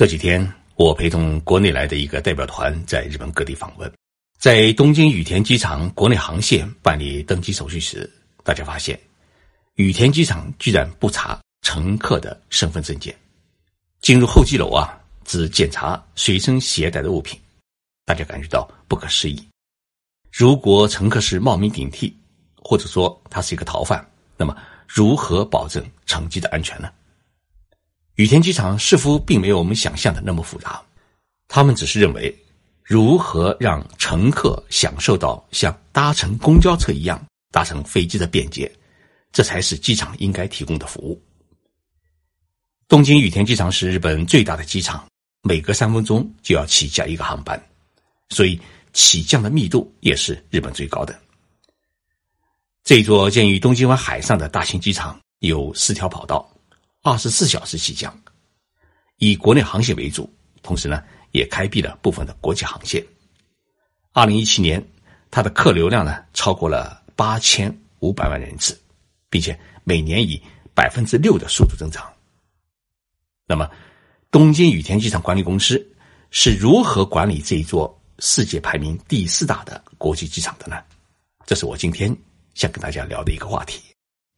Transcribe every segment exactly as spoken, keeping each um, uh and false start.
这几天我陪同国内来的一个代表团在日本各地访问，在东京羽田机场国内航线办理登机手续时，大家发现羽田机场居然不查乘客的身份证件，进入候机楼啊，只检查随身携带的物品，大家感觉到不可思议。如果乘客是冒名顶替，或者说他是一个逃犯，那么如何保证乘机的安全呢？羽田机场似乎并没有我们想象的那么复杂，他们只是认为如何让乘客享受到像搭乘公交车一样搭乘飞机的便捷，这才是机场应该提供的服务。东京羽田机场是日本最大的机场，每隔三分钟就要起降一个航班，所以起降的密度也是日本最高的。这座建于东京湾海上的大型机场有四条跑道，二十四小时起降，以国内航线为主，同时呢也开辟了部分的国际航线。二零一七年它的客流量呢超过了八千五百万人次，并且每年以 百分之六 的速度增长。那么东京羽田机场管理公司是如何管理这一座世界排名第四大的国际机场的呢？这是我今天想跟大家聊的一个话题。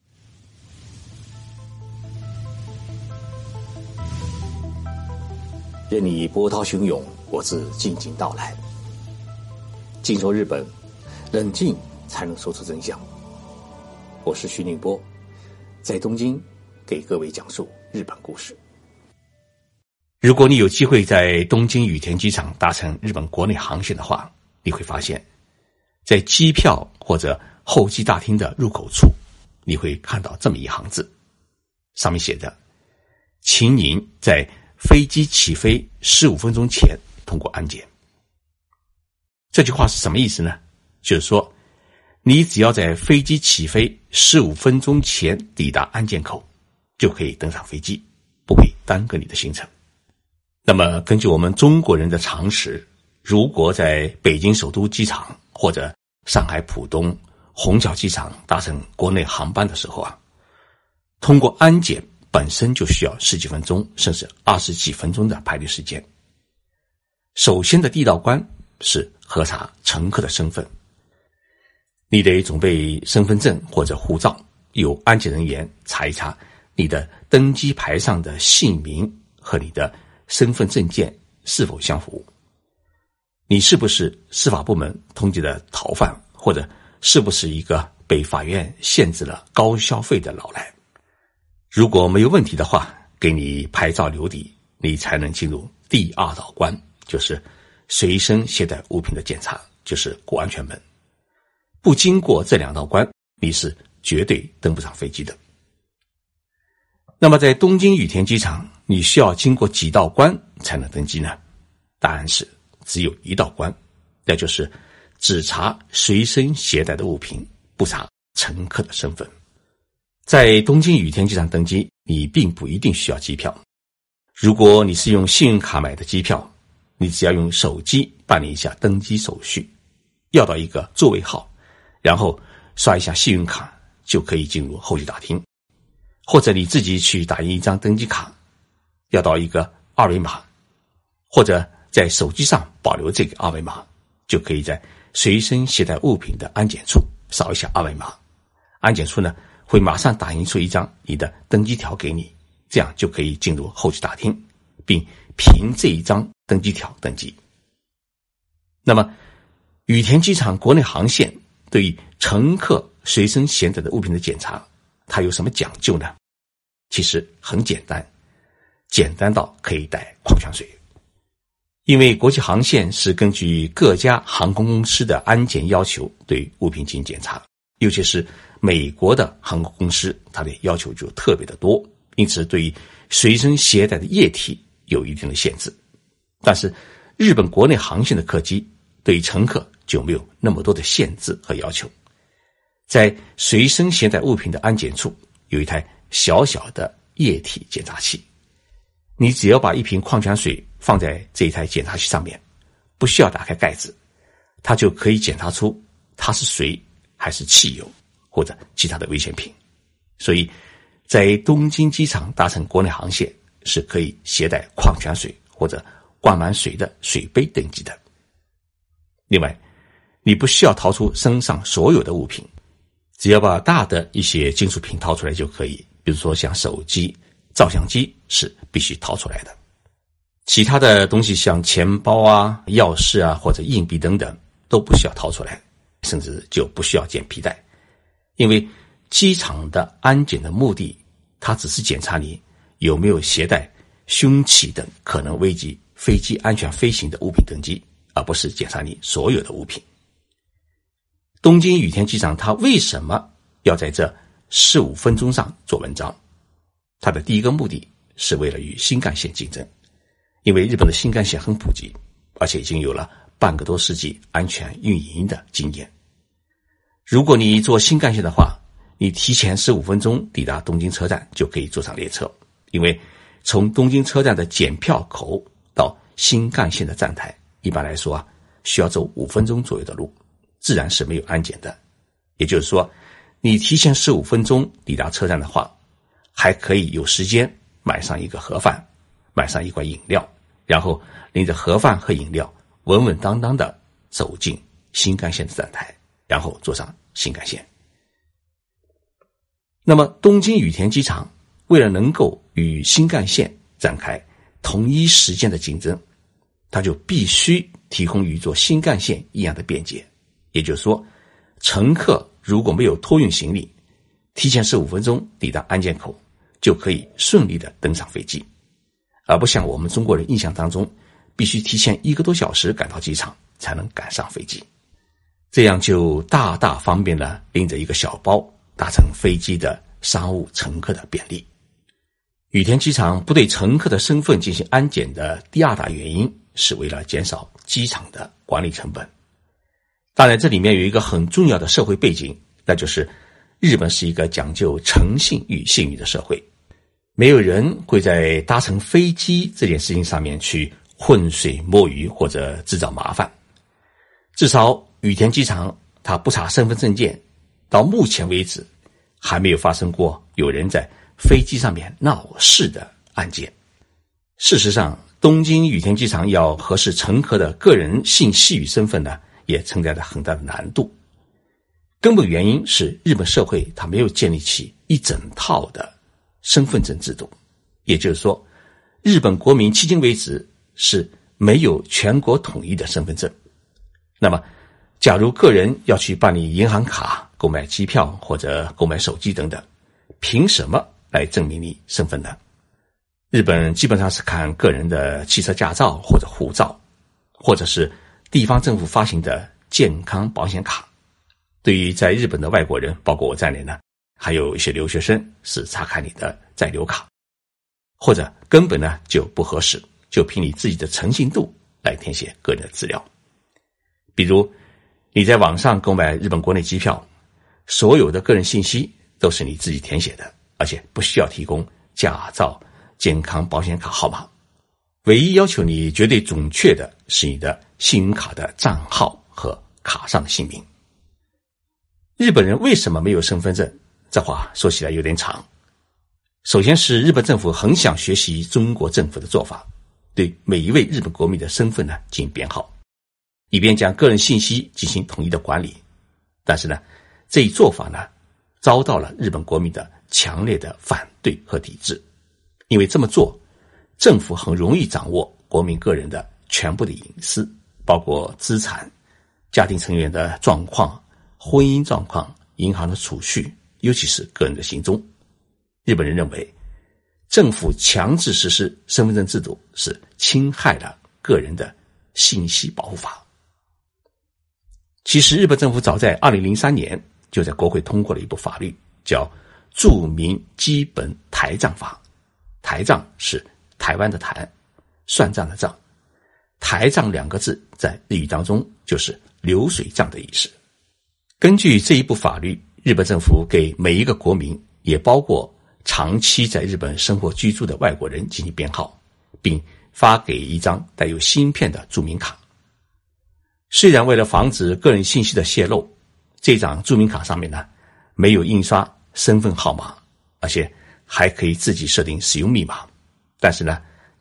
任你波涛汹涌，我自静静到来。静说日本，冷静才能说出真相。我是徐宁波，在东京给各位讲述日本故事。如果你有机会在东京羽田机场搭乘日本国内航线的话，你会发现在机票或者候机大厅的入口处，你会看到这么一行字，上面写着：请您在飞机起飞十五分钟前通过安检。这句话是什么意思呢？就是说你只要在飞机起飞十五分钟前抵达安检口，就可以登上飞机，不会耽搁你的行程。那么根据我们中国人的常识，如果在北京首都机场或者上海浦东、虹桥机场搭乘国内航班的时候啊，通过安检本身就需要十几分钟甚至二十几分钟的排队时间。首先的第一道关是核查乘客的身份，你得准备身份证或者护照，由安检人员查一查你的登机牌上的姓名和你的身份证件是否相符，你是不是司法部门通缉的逃犯，或者是不是一个被法院限制了高消费的老来。如果没有问题的话，给你拍照留底，你才能进入第二道关，就是随身携带物品的检查，就是过安全门。不经过这两道关，你是绝对登不上飞机的。那么在东京羽田机场，你需要经过几道关才能登机呢？答案是只有一道关，那就是只查随身携带的物品，不查乘客的身份。在东京羽田机场登机，你并不一定需要机票。如果你是用信用卡买的机票，你只要用手机办理一下登机手续，要到一个座位号，然后刷一下信用卡，就可以进入候机大厅。或者你自己去打印一张登机卡，要到一个二维码，或者在手机上保留这个二维码，就可以在随身携带物品的安检处扫一下二维码，安检处呢会马上打印出一张你的登机条给你，这样就可以进入候机大厅，并凭这一张登机条登机。那么羽田机场国内航线对于乘客随身携带的物品的检查，它有什么讲究呢？其实很简单，简单到可以带矿泉水。因为国际航线是根据各家航空公司的安检要求对物品进行检查，尤其是美国的航空公司，它的要求就特别的多，因此对于随身携带的液体有一定的限制。但是日本国内航线的客机对于乘客就没有那么多的限制和要求。在随身携带物品的安检处有一台小小的液体检查器，你只要把一瓶矿泉水放在这一台检查器上面，不需要打开盖子，它就可以检查出它是水还是汽油或者其他的危险品。所以在东京机场搭乘国内航线是可以携带矿泉水或者灌满水的水杯登记的。另外，你不需要掏出身上所有的物品，只要把大的一些金属品掏出来就可以，比如说像手机、照相机是必须掏出来的。其他的东西像钱包啊、钥匙啊或者硬币等等都不需要掏出来，甚至就不需要捡皮带。因为机场的安检的目的，它只是检查你有没有携带凶器等可能危及飞机安全飞行的物品登机，而不是检查你所有的物品。东京羽田机场它为什么要在这十五分钟上做文章？它的第一个目的是为了与新干线竞争，因为日本的新干线很普及，而且已经有了半个多世纪安全运营的经验。如果你坐新干线的话，你提前十五分钟抵达东京车站就可以坐上列车，因为从东京车站的检票口到新干线的站台，一般来说啊，需要走五分钟左右的路，自然是没有安检的。也就是说，你提前十五分钟抵达车站的话，还可以有时间买上一个盒饭，买上一罐饮料，然后拎着盒饭和饮料稳稳当当的走进新干线的站台，然后坐上新干线。那么东京羽田机场为了能够与新干线展开同一时间的竞争，它就必须提供与坐新干线一样的便捷。也就是说，乘客如果没有托运行李，提前十五分钟抵达安检口就可以顺利的登上飞机，而不像我们中国人印象当中必须提前一个多小时赶到机场才能赶上飞机。这样就大大方便了拎着一个小包搭乘飞机的商务乘客的便利。羽田机场不对乘客的身份进行安检的第二大原因是为了减少机场的管理成本。当然这里面有一个很重要的社会背景，那就是日本是一个讲究诚信与信誉的社会，没有人会在搭乘飞机这件事情上面去浑水摸鱼或者制造麻烦。至少羽田机场它不查身份证件，到目前为止还没有发生过有人在飞机上面闹事的案件。事实上，东京羽田机场要核实乘客的个人信息与身份呢，也存在着很大的难度。根本原因是日本社会它没有建立起一整套的身份证制度，也就是说，日本国民迄今为止是没有全国统一的身份证。那么假如个人要去办理银行卡、购买机票或者购买手机等等，凭什么来证明你身份呢？日本基本上是看个人的汽车驾照或者护照，或者是地方政府发行的健康保险卡。对于在日本的外国人，包括我在内呢，还有一些留学生是查看你的在留卡，或者根本呢就不核实，就凭你自己的诚信度来填写个人的资料。比如你在网上购买日本国内机票，所有的个人信息都是你自己填写的，而且不需要提供驾照、健康保险卡号码。唯一要求你绝对准确的是你的信用卡的账号和卡上的姓名。日本人为什么没有身份证？这话说起来有点长。首先是日本政府很想学习中国政府的做法，对每一位日本国民的身份呢进行编号，以便将个人信息进行统一的管理。但是呢，这一做法呢，遭到了日本国民的强烈的反对和抵制。因为这么做，政府很容易掌握国民个人的全部的隐私，包括资产、家庭成员的状况、婚姻状况、银行的储蓄，尤其是个人的行踪。日本人认为，政府强制实施身份证制度是侵害了个人的信息保护法。其实日本政府早在二零零三年就在国会通过了一部法律，叫著民基本台账法。台账是台湾的台，算账的账。台账两个字在日语当中就是流水账的意思。根据这一部法律，日本政府给每一个国民，也包括长期在日本生活居住的外国人进行编号，并发给一张带有芯片的住民卡。虽然为了防止个人信息的泄露，这张住民卡上面呢没有印刷身份号码，而且还可以自己设定使用密码，但是呢，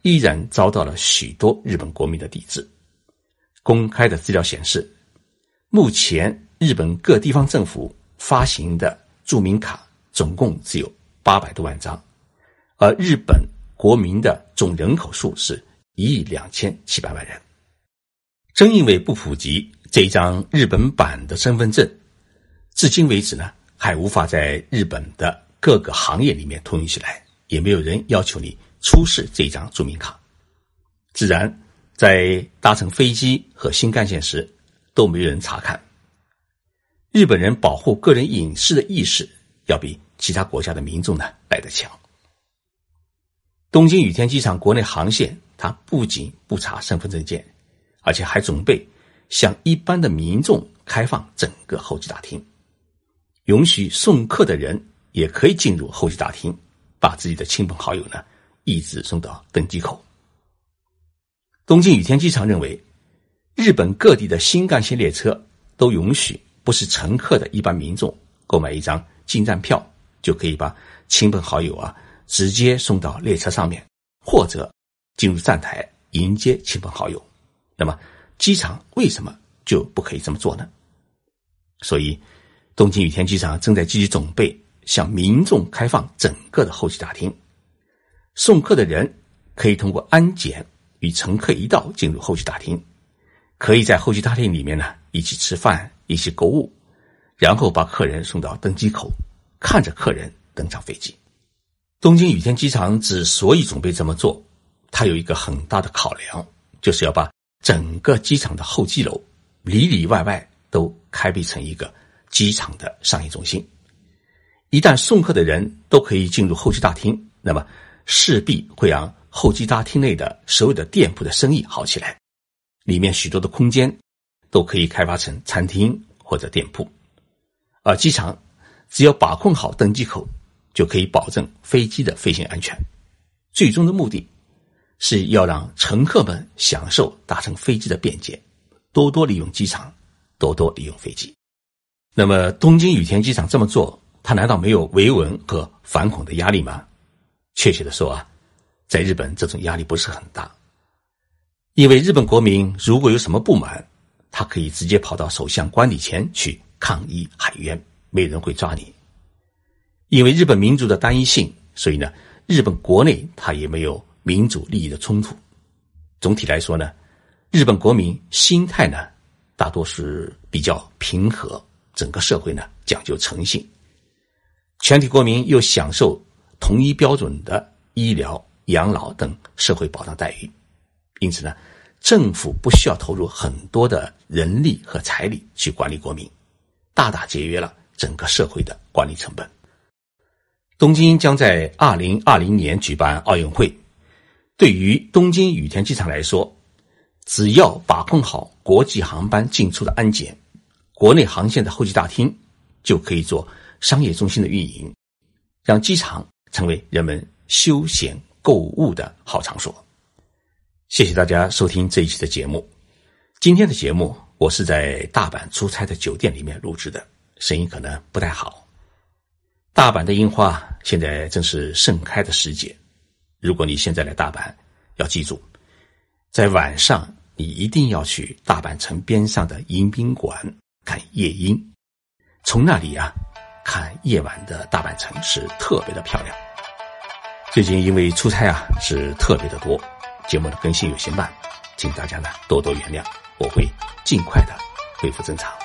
依然遭到了许多日本国民的抵制。公开的资料显示，目前日本各地方政府发行的住民卡总共只有八百多万张，而日本国民的总人口数是一亿两千七百万人。正因为不普及这一张日本版的身份证，至今为止呢，还无法在日本的各个行业里面通用起来，也没有人要求你出示这张住民卡。自然在搭乘飞机和新干线时都没有人查看。日本人保护个人隐私的意识要比其他国家的民众呢来得强。东京羽田机场国内航线，它不仅不查身份证件，而且还准备向一般的民众开放整个候机大厅，允许送客的人也可以进入候机大厅，把自己的亲朋好友呢一直送到登机口。东京羽田机场认为，日本各地的新干线列车都允许不是乘客的一般民众购买一张进站票，就可以把亲朋好友啊直接送到列车上面，或者进入站台迎接亲朋好友。那么机场为什么就不可以这么做呢？所以东京羽田机场正在积极准备向民众开放整个的候机大厅，送客的人可以通过安检与乘客一道进入候机大厅，可以在候机大厅里面呢一起吃饭，一起购物，然后把客人送到登机口，看着客人登上飞机。东京羽田机场之所以准备这么做，它有一个很大的考量，就是要把整个机场的候机楼里里外外都开辟成一个机场的商业中心。一旦送客的人都可以进入候机大厅，那么势必会让候机大厅内的所有的店铺的生意好起来，里面许多的空间都可以开发成餐厅或者店铺。而机场只要把控好登机口，就可以保证飞机的飞行安全。最终的目的是要让乘客们享受搭乘飞机的便捷，多多利用机场，多多利用飞机。那么东京羽田机场这么做，它难道没有维稳和反恐的压力吗？确切的说啊，在日本这种压力不是很大，因为日本国民如果有什么不满，他可以直接跑到首相官邸前去抗议喊冤，没人会抓你。因为日本民族的单一性，所以呢，日本国内它也没有民主利益的冲突。总体来说呢，日本国民心态呢大多是比较平和，整个社会呢讲究诚信，全体国民又享受统一标准的医疗、养老等社会保障待遇，因此呢，政府不需要投入很多的人力和财力去管理国民，大大节约了整个社会的管理成本。东京将在二零二零年举办奥运会，对于东京羽田机场来说，只要把控好国际航班进出的安检，国内航线的候机大厅就可以做商业中心的运营，让机场成为人们休闲购物的好场所。谢谢大家收听这一期的节目。今天的节目我是在大阪出差的酒店里面录制的，声音可能不太好。大阪的樱花现在正是盛开的时节，如果你现在来大阪，要记住，在晚上你一定要去大阪城边上的迎宾馆看夜莺，从那里啊看夜晚的大阪城是特别的漂亮。最近因为出差啊是特别的多，节目的更新有些慢，请大家呢多多原谅，我会尽快的恢复正常。